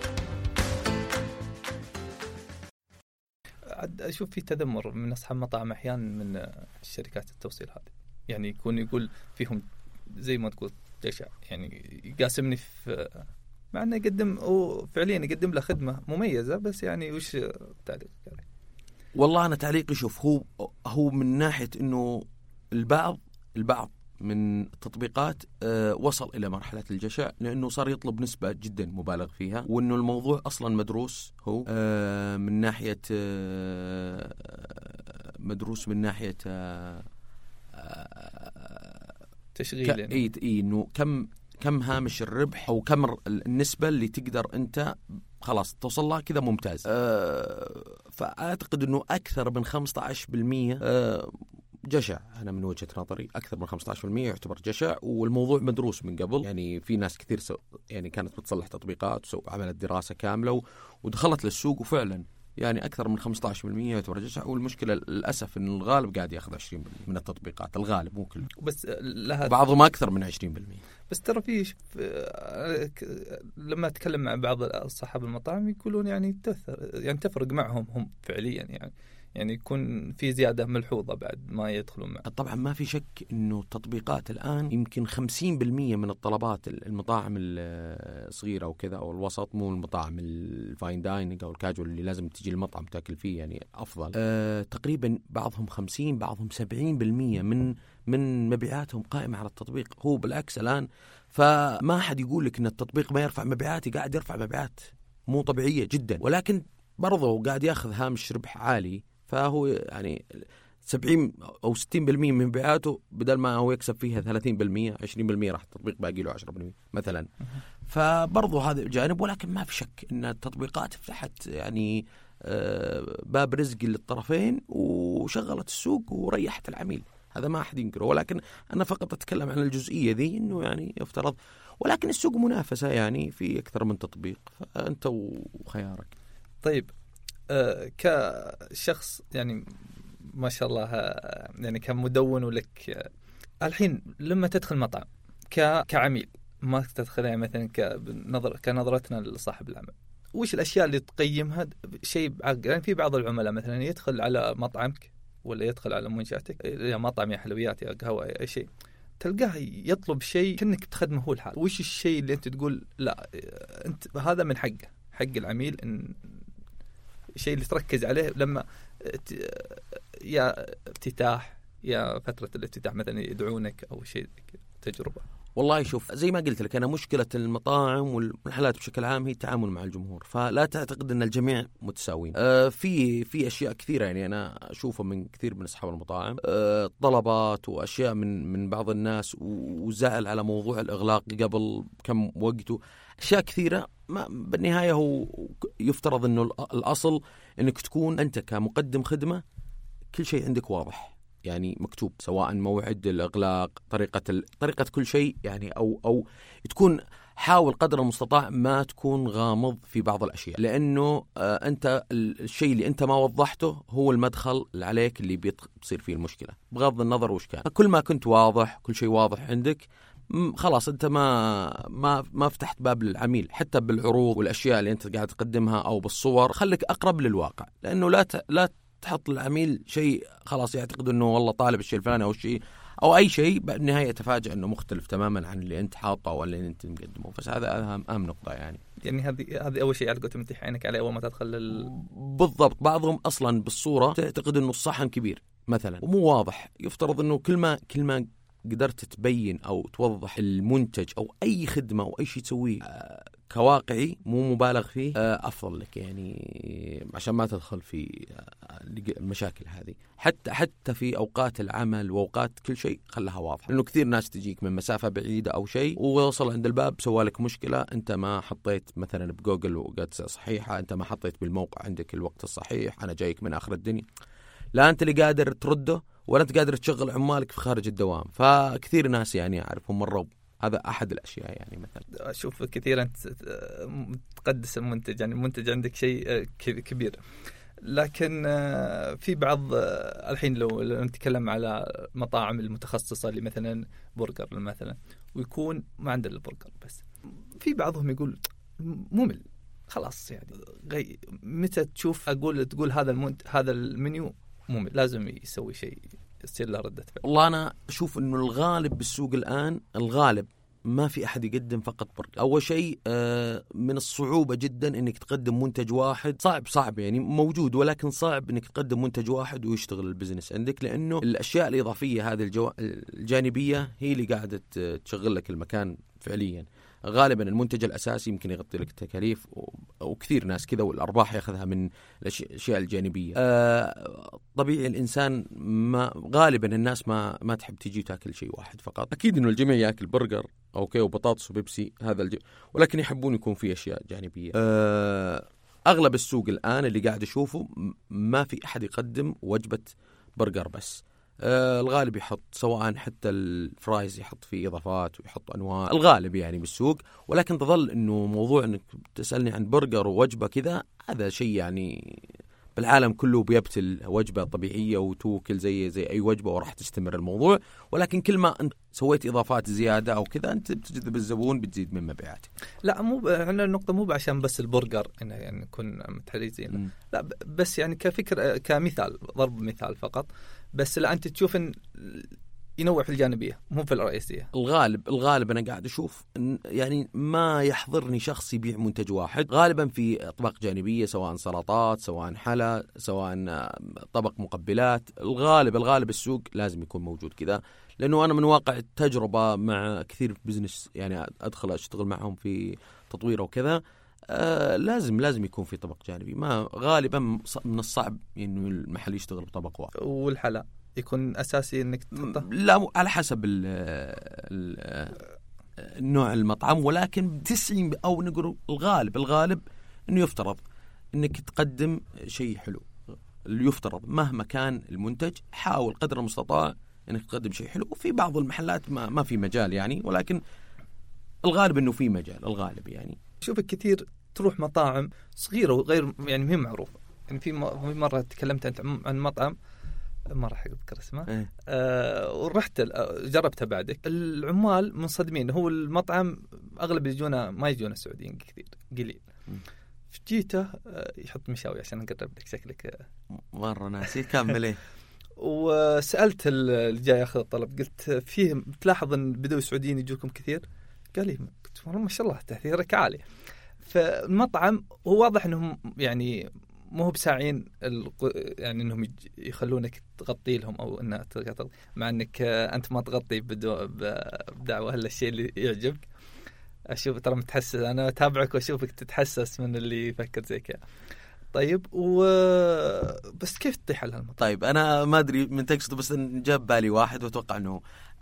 أشوف في تذمر من أصحاب مطاعم أحيانا من الشركات التوصيل هذه، يعني يكون يقول فيهم زي ما تقول جشع، يعني يقاسمني في مع أنه يقدم وفعليا يقدم له خدمة مميزة، بس يعني وش تعليق يعني؟ والله أنا تعليقي شوف هو هو من ناحية إنه البعض البعض من التطبيقات أه وصل إلى مرحلة الجشع، لأنه صار يطلب نسبة جدا مبالغ فيها، وإنه الموضوع أصلا مدروس هو أه من ناحية أه مدروس من ناحية أه تشغيل ك... يعني. إيه إنه كم كم هامش الربح أو كم النسبة اللي تقدر أنت خلاص توصل لها كذا ممتاز. أه فأعتقد إنه أكثر من خمسة عشر بالمئة أه جشع. أنا من وجهة نظري أكثر من خمسة عشر بالمئة يعتبر جشع، والموضوع مدروس من قبل. يعني في ناس كثير سو يعني كانت بتصلح تطبيقات وعملت دراسة كاملة ودخلت للسوق، وفعلا يعني أكثر من خمسة عشر بالمئة يعتبر جشع. والمشكلة للأسف إن الغالب قاعد يأخذ عشرين بالمئة من التطبيقات، الغالب مو كله، بس لها بعضهم أكثر من عشرين بالمئة. بس ترى في لما أتكلم مع بعض أصحاب المطاعم يقولون يعني تأثر، يعني تفرق معهم هم فعليا، يعني يعني يكون في زيادة ملحوظة بعد ما يدخلون معه. طبعا ما في شك إنه التطبيقات الآن يمكن خمسين بالمئة من الطلبات المطاعم الصغيرة وكذا أو الوسط، مو المطاعم الفاين دايننج أو الكاجوال اللي لازم تجي المطعم تاكل فيه يعني أفضل. أه تقريبا بعضهم خمسين بعضهم سبعين بالمئة من من مبيعاتهم قائمة على التطبيق. هو بالعكس الآن، فما حد يقول لك إن التطبيق ما يرفع مبيعاتي، قاعد يرفع مبيعات مو طبيعية جدا، ولكن برضه قاعد ياخذ هامش ربح عالي. فهو يعني سبعين أو ستين بالمئة من مبيعاته بدل ما هو يكسب فيها ثلاثين بالمئة عشرين بالمئة راح التطبيق باقي له عشرة بالمئة مثلا. فبرضه هذا الجانب، ولكن ما في شك أن التطبيقات فتحت يعني باب رزق للطرفين وشغلت السوق وريحت العميل، هذا ما أحد ينكره. ولكن أنا فقط أتكلم عن الجزئية ذي، إنه يعني يفترض، ولكن السوق منافسة يعني في أكثر من تطبيق، فأنت وخيارك. طيب آه كشخص يعني ما شاء الله يعني كمدون ولك آه الحين لما تدخل مطعم ك كعميل، ما تدخل يعني مثلا كنظر كنظرتنا لصاحب العمل، وش الأشياء اللي تقيمها شيء بعقل؟ يعني في بعض العملاء مثلا يدخل على مطعمك ولا يدخل على منشأتك، يا مطعم يا حلويات يا قهوة أي شيء، تلقاه يطلب شيء كأنك بتخدمه هو الحال. وش الشيء اللي أنت تقول لا أنت هذا من حقه حق العميل، إن الشيء اللي تركز عليه لما يا افتتاح يا فترة الافتتاح مثلا يدعونك أو شيء تجربة؟ والله شوف، زي ما قلت لك أنا مشكلة المطاعم والمحلات بشكل عام هي التعامل مع الجمهور، فلا تعتقد أن الجميع متساوين. آه في في أشياء كثيرة يعني أنا أشوفها من كثير من أصحاب المطاعم، آه طلبات وأشياء من من بعض الناس، وزعل على موضوع الإغلاق قبل كم وقته، أشياء كثيرة. ما بالنهاية هو يفترض أنه الأصل أنك تكون أنت كمقدم خدمة كل شيء عندك واضح، يعني مكتوب، سواء موعد الإغلاق، طريقة ال... طريقة كل شيء يعني، أو أو تكون حاول قدر المستطاع ما تكون غامض في بعض الأشياء، لأنه آه أنت الشيء اللي أنت ما وضحته هو المدخل اللي عليك اللي بيصير فيه المشكلة بغض النظر وش كان. كل ما كنت واضح، كل شيء واضح عندك، خلاص أنت ما ما ما فتحت باب للعميل. حتى بالعروض والأشياء اللي أنت قاعد تقدمها أو بالصور، خليك أقرب للواقع، لأنه لا ت... لا تحط للعميل شيء خلاص يعتقد أنه والله طالب الشيء الفلاني أو الشيء أو أي شيء، بالنهاية تفاجأ أنه مختلف تماما عن اللي أنت حاطه أو اللي أنت مقدمه. بس هذا أهم أهم نقطة يعني. يعني هذه هذه أول شيء على قولتهم تمتح عينك عليه أول ما تدخل لل... بالضبط. بعضهم أصلا بالصورة تعتقد أنه الصحن كبير مثلا ومو واضح. يفترض أنه كل ما كل ما قدرت تبين أو توضح المنتج أو أي خدمة أو أي شيء تسويه كواقعي مو مبالغ فيه، أفضل لك يعني، عشان ما تدخل في المشاكل هذه. حتى حتى في أوقات العمل وأوقات كل شيء خلها واضح، لأنه كثير ناس تجيك من مسافة بعيدة أو شيء ووصل عند الباب سوالك مشكلة، أنت ما حطيت مثلا بجوجل وقت صحيحة، أنت ما حطيت بالموقع عندك الوقت الصحيح، أنا جايك من آخر الدنيا، لا أنت اللي قادر ترده ولا أنت قادر تشغل عمالك في خارج الدوام. فكثير ناس يعني أعرفهم مروا، هذا أحد الأشياء يعني. مثلا أشوف كثيرا تقدس المنتج، يعني المنتج عندك شيء كبير، لكن في بعض الحين لو نتكلم على مطاعم المتخصصة اللي مثلا برجر مثلا، ويكون ما عنده البرجر بس، في بعضهم يقول ممل خلاص يعني غي... متى تشوف أقول تقول هذا المنت... هذا المنيو ممل، لازم يسوي شيء يصير له ردة فعل. والله أنا أشوف إنه الغالب بالسوق الآن، الغالب ما في أحد يقدم فقط برجر. أول شيء من الصعوبة جدا إنك تقدم منتج واحد، صعب صعب يعني موجود، ولكن صعب إنك تقدم منتج واحد ويشتغل البزنس عندك، لأنه الأشياء الإضافية هذه الجو... الجانبية هي اللي قاعدة تشغل لك المكان فعليا. غالبا المنتج الأساسي يمكن يغطي لك التكاليف وكثير ناس كذا، والأرباح يأخذها من الأشياء الجانبية. آه طبيعي الإنسان ما غالبا الناس ما ما تحب تيجي تاكل شيء واحد فقط. أكيد إنه الجميع يأكل برجر أوكي وبطاطس وبيبسي، هذا الج... ولكن يحبون يكون في أشياء جانبية. آه أغلب السوق الآن اللي قاعد أشوفه ما في أحد يقدم وجبة برجر بس. آه الغالب يحط سواء حتى الفرايز يحط فيه إضافات ويحط أنواع، الغالب يعني بالسوق. ولكن تظل إنه موضوع إنك تسألني عن برجر ووجبة كذا، هذا شيء يعني بالعالم كله بيبتل وجبة طبيعية وتوكل زي زي أي وجبة وراح تستمر الموضوع. ولكن كل ما أنت سويت إضافات زيادة أو كذا أنت بتجذب الزبون، بتزيد من مبيعاتك. لا مو احنا النقطة مو عشان بس البرجر إنه يعني نكون متحرزين، لا بس يعني كفكر كمثال، ضرب مثال فقط. بس لا أنت تشوف إن ينوع في الجانبية مو في الرئيسية. الغالب الغالب أنا قاعد أشوف يعني ما يحضرني شخص يبيع منتج واحد، غالبا في أطباق جانبية سواء سلطات سواء حلا سواء طبق مقبلات. الغالب الغالب السوق لازم يكون موجود كذا، لأنه أنا من واقع التجربة مع كثير بزنس يعني أدخل أشتغل معهم في تطوير وكذا، آه لازم لازم يكون في طبق جانبي. ما غالبا من الصعب إنه المحل يشتغل بطبق واحد. والحلا يكون أساسي إنك تحطه؟ لا على حسب ال ال النوع المطعم، ولكن تسعين أو نقول الغالب الغالب إنه يفترض إنك تقدم شيء حلو. اللي يفترض مهما كان المنتج حاول قدر المستطاع إنك تقدم شيء حلو. وفي بعض المحلات ما ما في مجال يعني، ولكن الغالب إنه في مجال الغالب يعني. شوفك كثير تروح مطاعم صغيرة وغير يعني مهم معروفة. يعني في مرة تكلمت أنت عن مطعم ما راح أذكر اسمه إيه؟ آه ورحت جربتها بعدك، العمال منصدمين. هو المطعم أغلب يجونا ما يجونا السعوديين كثير قليل. جيته آه يحط مشاوي عشان أقرب لك شكلك آه مرة ناسي كمل إيه. وسألت اللي جاي ياخذ الطلب قلت فيه بتلاحظ إن بدو سعوديين يجوكم كثير؟ قال لي قلت والله ما شاء الله تأثيرك عالي. فالمطعم هو واضح إنهم يعني مو بساعين يعني انهم يخلونك تغطي لهم او انها تغطي، مع انك انت ما تغطي بدعوه الا الشيء اللي يعجبك. اشوف ترى متحسس، انا اتابعك واشوفك تتحسس من اللي يفكر زي كذا. طيب و بس كيف تطيح لها المطعم؟ طيب انا ما ادري من تقصد، بس جاب بالي واحد واتوقع انه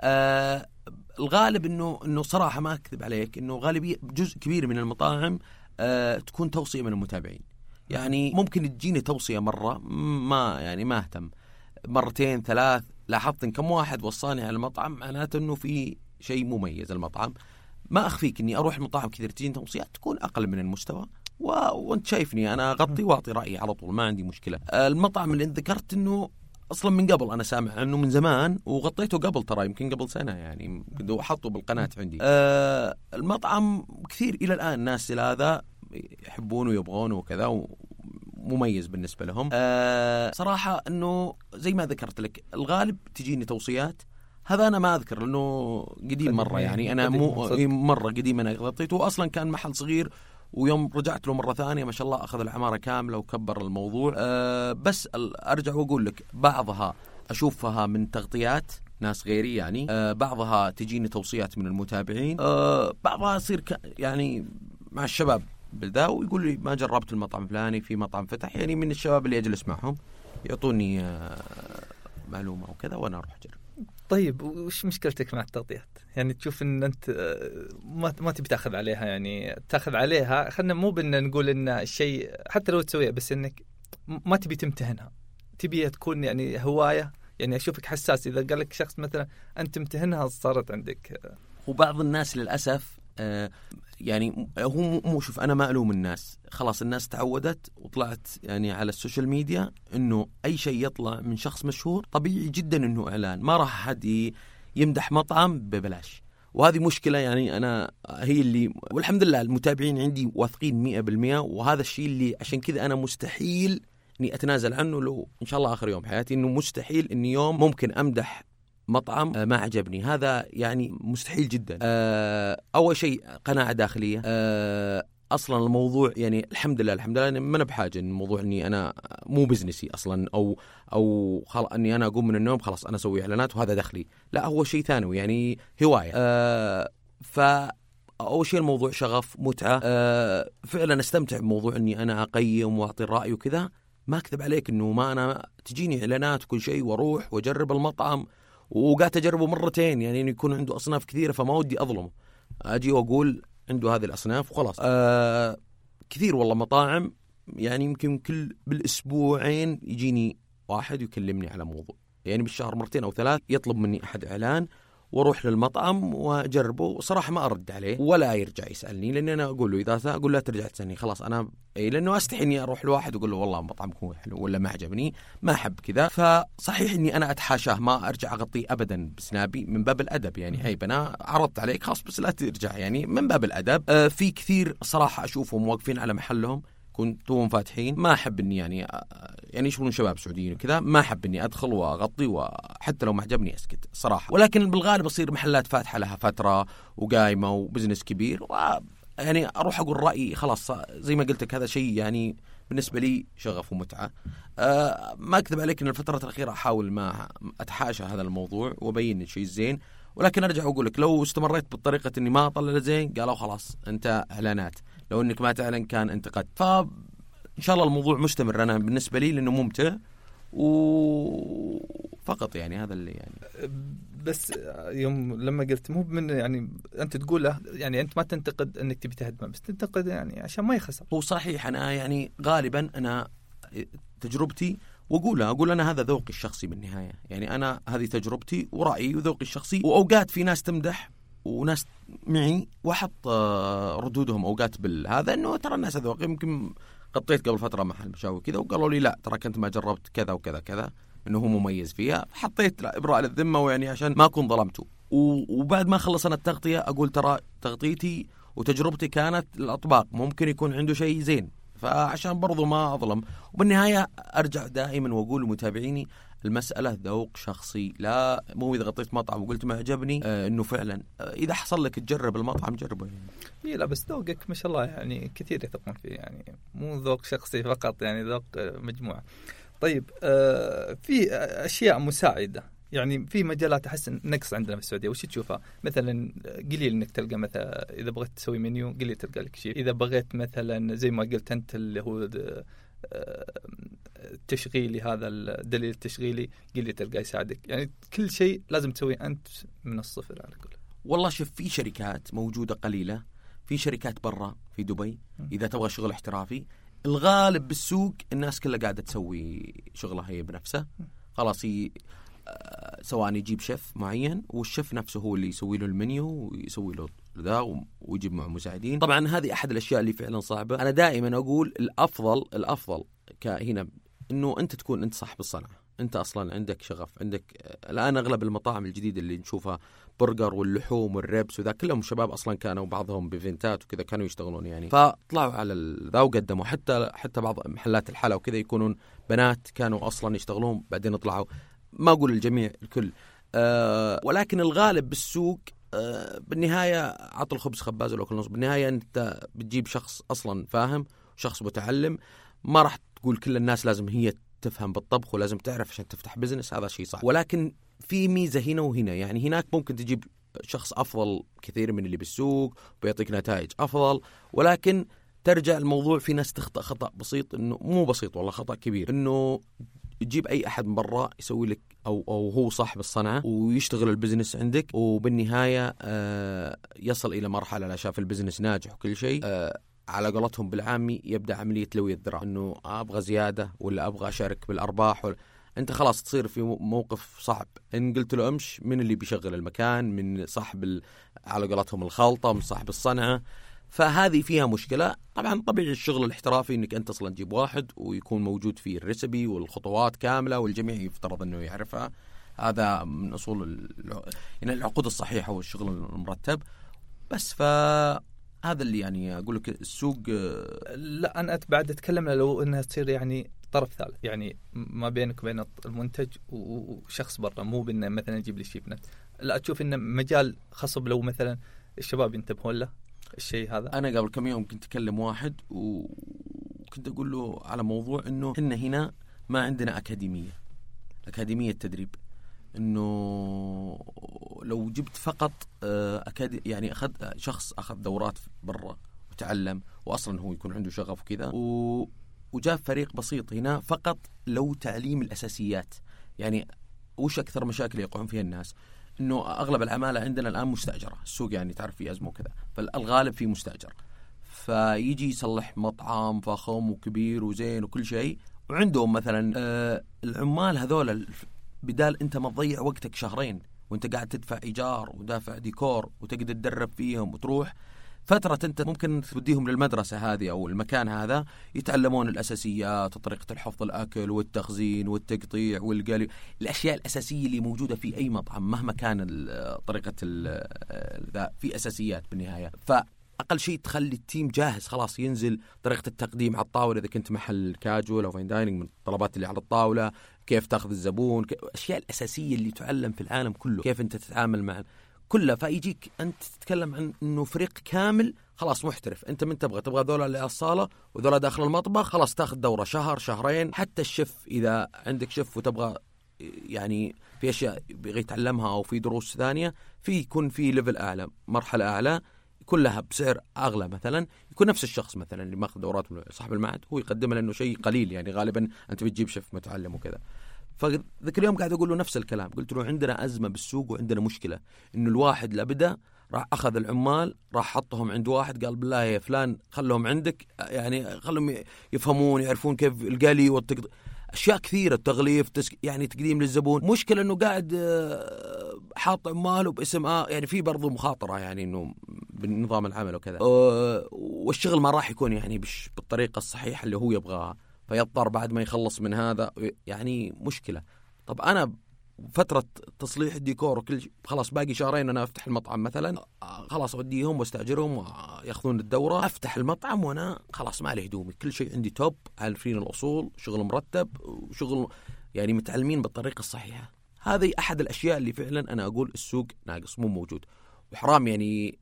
آه الغالب انه انه صراحه ما اكذب عليك انه غالبيه جزء كبير من المطاعم آه تكون توصيه من المتابعين. يعني ممكن تجيني توصية مرة ما يعني ما اهتم، مرتين ثلاث لاحظت إن كم واحد وصاني على المطعم معناته إنه في شيء مميز المطعم. ما أخفيك إني أروح المطاعم كثير تجيني توصيات تكون أقل من المستوى و... وأنت شايفني أنا أغطي وأعطي رأيي على طول ما عندي مشكلة. المطعم اللي ذكرت إنه أصلا من قبل أنا سامع عنه من زمان وغطيته قبل ترى يمكن قبل سنة يعني وحطه بالقناة عندي. أه المطعم كثير إلى الآن ناس هذا يحبونه ويبغونه وكذا ومميز بالنسبة لهم. أه صراحة أنه زي ما ذكرت لك الغالب تجيني توصيات، هذا أنا ما أذكر لأنه قديم مرة يعني أنا مو مرة قديم أنا غطيته أصلا كان محل صغير، ويوم رجعت له مرة ثانية ما شاء الله أخذ العمارة كاملة وكبر الموضوع. أه بس أرجع وأقول لك بعضها أشوفها من تغطيات ناس غيري يعني، أه بعضها تجيني توصيات من المتابعين، أه بعضها يصير يعني مع الشباب بالذا ويقول لي ما جربت المطعم فلاني في مطعم فتح يعني من الشباب اللي أجلس معهم يعطوني أه معلومة وكذا وأنا أروح أجرب. طيب وش مشكلتك مع التغطيات؟ يعني تشوف ان انت ما ما تبي تاخذ عليها، يعني تاخذ عليها خلنا مو بان نقول ان الشيء حتى لو تسويه بس انك ما تبي تمتهنها، تبي تكون يعني هوايه. يعني اشوفك حساس اذا قال لك شخص مثلا انت تمتهنها صارت عندك. وبعض الناس للاسف آه يعني هو مو شوف انا ما الوم الناس، خلاص الناس تعودت وطلعت يعني على السوشيال ميديا انه اي شيء يطلع من شخص مشهور طبيعي جدا انه اعلان، ما راح حد يمدح مطعم ببلاش. وهذه مشكلة يعني أنا هي اللي والحمد لله المتابعين عندي واثقين مئة بالمئة، وهذا الشيء اللي عشان كذا أنا مستحيل إني أتنازل عنه لو إن شاء الله آخر يوم حياتي، إنه مستحيل إني يوم ممكن أمدح مطعم ما عجبني، هذا يعني مستحيل جدا. أول شيء قناعة داخلية، أصلا الموضوع يعني الحمد لله الحمد لله ما أنا بحاجة الموضوع إني أنا مو بزنسي أصلا أو أو خلاص إني أنا أقوم من النوم خلاص أنا أسوي إعلانات وهذا دخلي، لا هو شيء ثانوي يعني هواية. أه فأول شيء الموضوع شغف متعة، أه فعلا استمتع بموضوع إني أنا أقيم وأعطي الرأي وكذا. ما أكذب عليك إنه ما أنا تجيني إعلانات وكل شيء وأروح وأجرب المطعم وقاعد أجربه مرتين، يعني إنه يكون عنده أصناف كثيرة فما ودي أظلمه، أجي وأقول عنده هذه الأصناف وخلاص. آه كثير والله مطاعم يعني يمكن كل بالأسبوعين يجيني واحد يكلمني على موضوع يعني بالشهر مرتين أو ثلاث يطلب مني أحد إعلان واروح للمطعم واجربه، وصراحه ما ارد عليه ولا يرجع يسالني، لان انا اقول له اذا ثا اقول لا ترجع تسالني خلاص انا إيه، لانه استحي اني اروح لواحد واقول له والله مطعمكم حلو ولا ما عجبني، ما احب كذا. فصحيح اني انا اتحاشاه، ما ارجع اغطيه ابدا بسنابي من باب الادب، يعني عيب انا عرضت عليك خلاص بس لا ترجع، يعني من باب الادب. آه في كثير صراحه اشوفهم واقفين على محلهم كنتم فاتحين، ما أحب إني يعني يعني يشوفون شباب سعوديين وكذا، ما أحب إني أدخل وأغطي وحتى لو ما عجبني أسكت صراحة. ولكن بالغالب يصير محلات فاتحة لها فترة وقايمة وبزنس كبير، ويعني أروح أقول رأيي خلاص زي ما قلتك هذا شيء يعني بالنسبة لي شغف ومتعة. أه ما أكذب عليك إن الفترة الأخيرة أحاول ما أتحاشى هذا الموضوع وأبين شيء زين، ولكن أرجع أقول لك لو استمريت بالطريقة إني ما أطلع زين قالوا خلاص أنت إعلانات، لو إنك ما تعلن كان انتقد. فإن شاء الله الموضوع مستمر أنا بالنسبة لي لأنه ممتع وفقط، يعني هذا اللي يعني. بس يوم لما قلت مو من يعني أنت تقول له يعني أنت ما تنتقد إنك تبي تهدمه، بس تنتقد يعني عشان ما يخسر. هو صحيح أنا يعني غالبا أنا تجربتي وأقولها أقول أنا هذا ذوقي الشخصي بالنهاية، يعني أنا هذه تجربتي ورأيي وذوقي الشخصي. وأوقات في ناس تمدح وناس معي وأحط ردودهم أوقات بالهذا إنه ترى الناس ذوقي. يمكن قطيت قبل فترة محل مشاوي كذا وقالوا لي لا ترى كنت ما جربت كذا وكذا كذا إنه هو مميز فيها، حطيت إبراء للذمة ويعني عشان ما أكون ظلمته. وبعد ما خلص أنا التغطية أقول ترى تغطيتي وتجربتي كانت الأطباق، ممكن يكون عنده شيء زين، فعشان برضو ما أظلم. وبالنهاية أرجع دائما وأقول لمتابعيني المسألة ذوق شخصي، لا مو إذا غطيت مطعم وقلت ما عجبني آه إنه فعلا آه إذا حصل لك تجرب المطعم جربه يعني. إيه لا بس ذوقك ما شاء الله يعني كثير يثقون فيه، يعني مو ذوق شخصي فقط، يعني ذوق مجموعة. طيب آه في أشياء مساعدة يعني في مجالات أحس نقص عندنا في السعودية، وش تشوفها؟ مثلا قليل إنك تلقى مثلا إذا بغيت تسوي منيو قليل تلقى لك شيء، إذا بغيت مثلا زي ما قلت أنت اللي هو التشغيلي هذا الدليل التشغيلي قليل تلقى يساعدك، يعني كل شيء لازم تسويه أنت من الصفر على كل. والله شوف في شركات موجودة قليلة، في شركات برا في دبي إذا تبغى شغل احترافي، الغالب بالسوق الناس كلها قاعدة تسوي شغلها هي بنفسها خلاص. هي سواء يجيب شيف معين والشيف نفسه هو اللي يسوي له المنيو ويسوي له ذا ويجيب معه مساعدين. طبعا هذه أحد الأشياء اللي فعلا صعبة. أنا دائما أقول الأفضل الأفضل هنا إنه أنت تكون أنت صاحب الصنعة، أنت أصلا عندك شغف، عندك الآن أغلب المطاعم الجديدة اللي نشوفها برجر واللحوم والريبس وذا كلهم شباب أصلا كانوا بعضهم بإيفنتات وكذا كانوا يشتغلون يعني، فطلعوا على ذا وقدموا. حتى حتى بعض محلات الحلا وكذا يكونون بنات كانوا أصلا يشتغلون بعدين طلعوا، ما أقول الجميع الكل أه، ولكن الغالب بالسوق أه بالنهاية عطل الخبز خباز ولو كل نص. بالنهاية أنت بتجيب شخص أصلا فاهم، شخص متعلم، ما راح تقول كل الناس لازم هي تفهم بالطبخ ولازم تعرف عشان تفتح بزنس، هذا شيء صح. ولكن في ميزة هنا وهنا، يعني هناك ممكن تجيب شخص أفضل كثير من اللي بالسوق ويعطيك نتائج أفضل، ولكن ترجع الموضوع في ناس تخطأ خطأ بسيط، إنه مو بسيط والله خطأ كبير، إنه تجيب أي أحد من برا يسوي لك أو أو هو صاحب الصنعة ويشتغل البزنس عندك، وبالنهاية آه يصل إلى مرحلة لا شاف البزنس ناجح وكل شيء آه على قولتهم بالعامي يبدأ عملية لوي الذراع، إنه أبغى زيادة ولا أبغى أشارك بالأرباح ولا. أنت خلاص تصير في موقف صعب، إن قلت له أمش من اللي بيشغل المكان، من صاحب ال... على قولتهم الخلطة، من صاحب الصنعة، فهذه فيها مشكلة. طبعا طبيعي الشغل الاحترافي إنك أنت أصلا تجيب واحد ويكون موجود فيه الريسبي والخطوات كاملة والجميع يفترض إنه يعرفها، هذا من أصول ال... يعني العقود الصحيحة والشغل المرتب. بس فهذا اللي يعني أقول لك السوق. لا أنا بعد أتكلم لو إنها تصير يعني طرف ثالث، يعني ما بينك وبين المنتج وشخص برا، مو بأنه مثلا يجيب لي شيء بنت، لا تشوف إنه مجال خصب لو مثلا الشباب ينتبهون له الشيء هذا. أنا قبل كم يوم كنت أكلم واحد وكنت أقول له على موضوع إنه إحنا هنا ما عندنا أكاديمية أكاديمية تدريب، إنه لو جبت فقط أكاد يعني أخذ شخص أخذ دورات برا وتعلم وأصلا هو يكون عنده شغف وكذا و وجاب فريق بسيط هنا فقط لو تعليم الأساسيات. يعني وش أكثر مشاكل يقعون فيها الناس؟ إنه أغلب العمالة عندنا الآن مستأجرة، السوق يعني تعرف فيه أزمة وكذا، فالغالب فيه مستأجر، فيجي يصلح مطعم فخم وكبير وزين وكل شيء، وعندهم مثلا آه العمال هذول بدال أنت ما تضيع وقتك شهرين وأنت قاعد تدفع إيجار ودافع ديكور وتقدر تدرب فيهم وتروح فترة أنت ممكن توديهم للمدرسة هذه أو المكان هذا يتعلمون الأساسيات وطريقة الحفظ الأكل والتخزين والتقطيع والقلي، الأشياء الأساسية اللي موجودة في أي مطعم مهما كان طريقة ذا، في أساسيات بالنهاية. فأقل شيء تخلي التيم جاهز خلاص، ينزل طريقة التقديم على الطاولة إذا كنت محل كاجوال أو فاين دايننج، من الطلبات اللي على الطاولة، كيف تأخذ الزبون، الأشياء الأساسية اللي تعلم في العالم كله، كيف أنت تتعامل مع كلها. فيجيك أنت تتكلم عن إنه فريق كامل خلاص محترف، أنت من تبغى تبغى ذولا اللي على الصالة وذولا داخل المطبخ، خلاص تاخذ دورة شهر شهرين. حتى الشيف إذا عندك شيف وتبغى يعني في أشياء بيغي يتعلمها أو في دروس ثانية، في يكون في ليفل أعلى، مرحلة أعلى كلها بسعر أغلى، مثلا يكون نفس الشخص مثلا اللي ماخذ دورات من صاحب المعهد هو يقدم لأنه شيء قليل، يعني غالبا أنت بتجيب شيف متعلم وكذا. فذاك اليوم قاعد أقول له نفس الكلام، قلت له عندنا أزمة بالسوق وعندنا مشكلة إنه الواحد لبدأ راح أخذ العمال راح حطهم عند واحد قال بالله يا فلان خلهم عندك، يعني خلهم يفهمون يعرفون كيف القلي والتقطيع، أشياء كثيرة، التغليف تسك... يعني تقديم للزبون. مشكلة إنه قاعد حاط عماله باسم آه يعني في برضو مخاطرة يعني إنه بالنظام العمل وكذا، أه والشغل ما راح يكون يعني بش بالطريقة الصحيحة اللي هو يبغاها، فيضطر بعد ما يخلص من هذا يعني مشكلة. طب أنا فترة تصليح الديكور وكل خلاص باقي شهرين أنا أفتح المطعم مثلا، خلاص أوديهم واستأجرهم ويأخذون الدورة، أفتح المطعم وأنا خلاص ما عليه هدومي، كل شيء عندي توب، عارفين الأصول، شغل مرتب وشغل يعني متعلمين بالطريقة الصحيحة. هذه أحد الأشياء اللي فعلا أنا أقول السوق ناقص مو موجود، وحرام يعني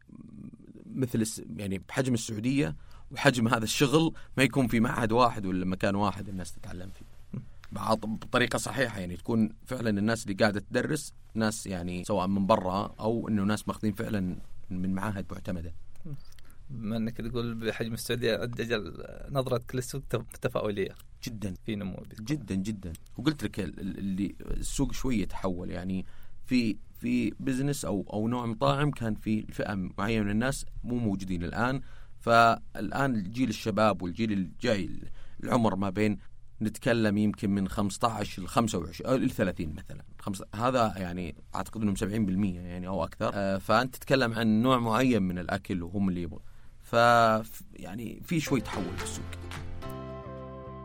مثل يعني بحجم السعودية وحجم هذا الشغل ما يكون في معهد واحد ولا مكان واحد الناس تتعلم فيه بطريقة صحيحة، يعني تكون فعلا الناس اللي قاعدة تدرس ناس يعني سواء من برا أو إنه ناس ماخذين فعلا من معاهد معتمدة. بما أنك تقول بحجم السعودية، أجل نظرتك للسوق تفاؤلية جدا في نمو جدا جدا. وقلت لك اللي السوق شوية تحول، يعني في في بزنس أو أو نوع مطاعم كان في فئة معينة من الناس مو موجودين الآن، فالآن الجيل الشباب والجيل الجاي العمر ما بين نتكلم يمكن من خمسة عشر إلى خمسة وعشرين أو إلى ثلاثين مثلا، خمسة هذا يعني أعتقد إنهم سبعين بالمية يعني أو أكثر. آه فأنت تتكلم عن نوع معين من الأكل وهم اللي يبغوا، ف يعني في شوي تحول في السوق.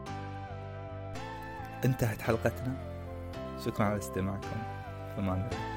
انتهت حلقتنا، شكرا على استماعكم، فمان الله.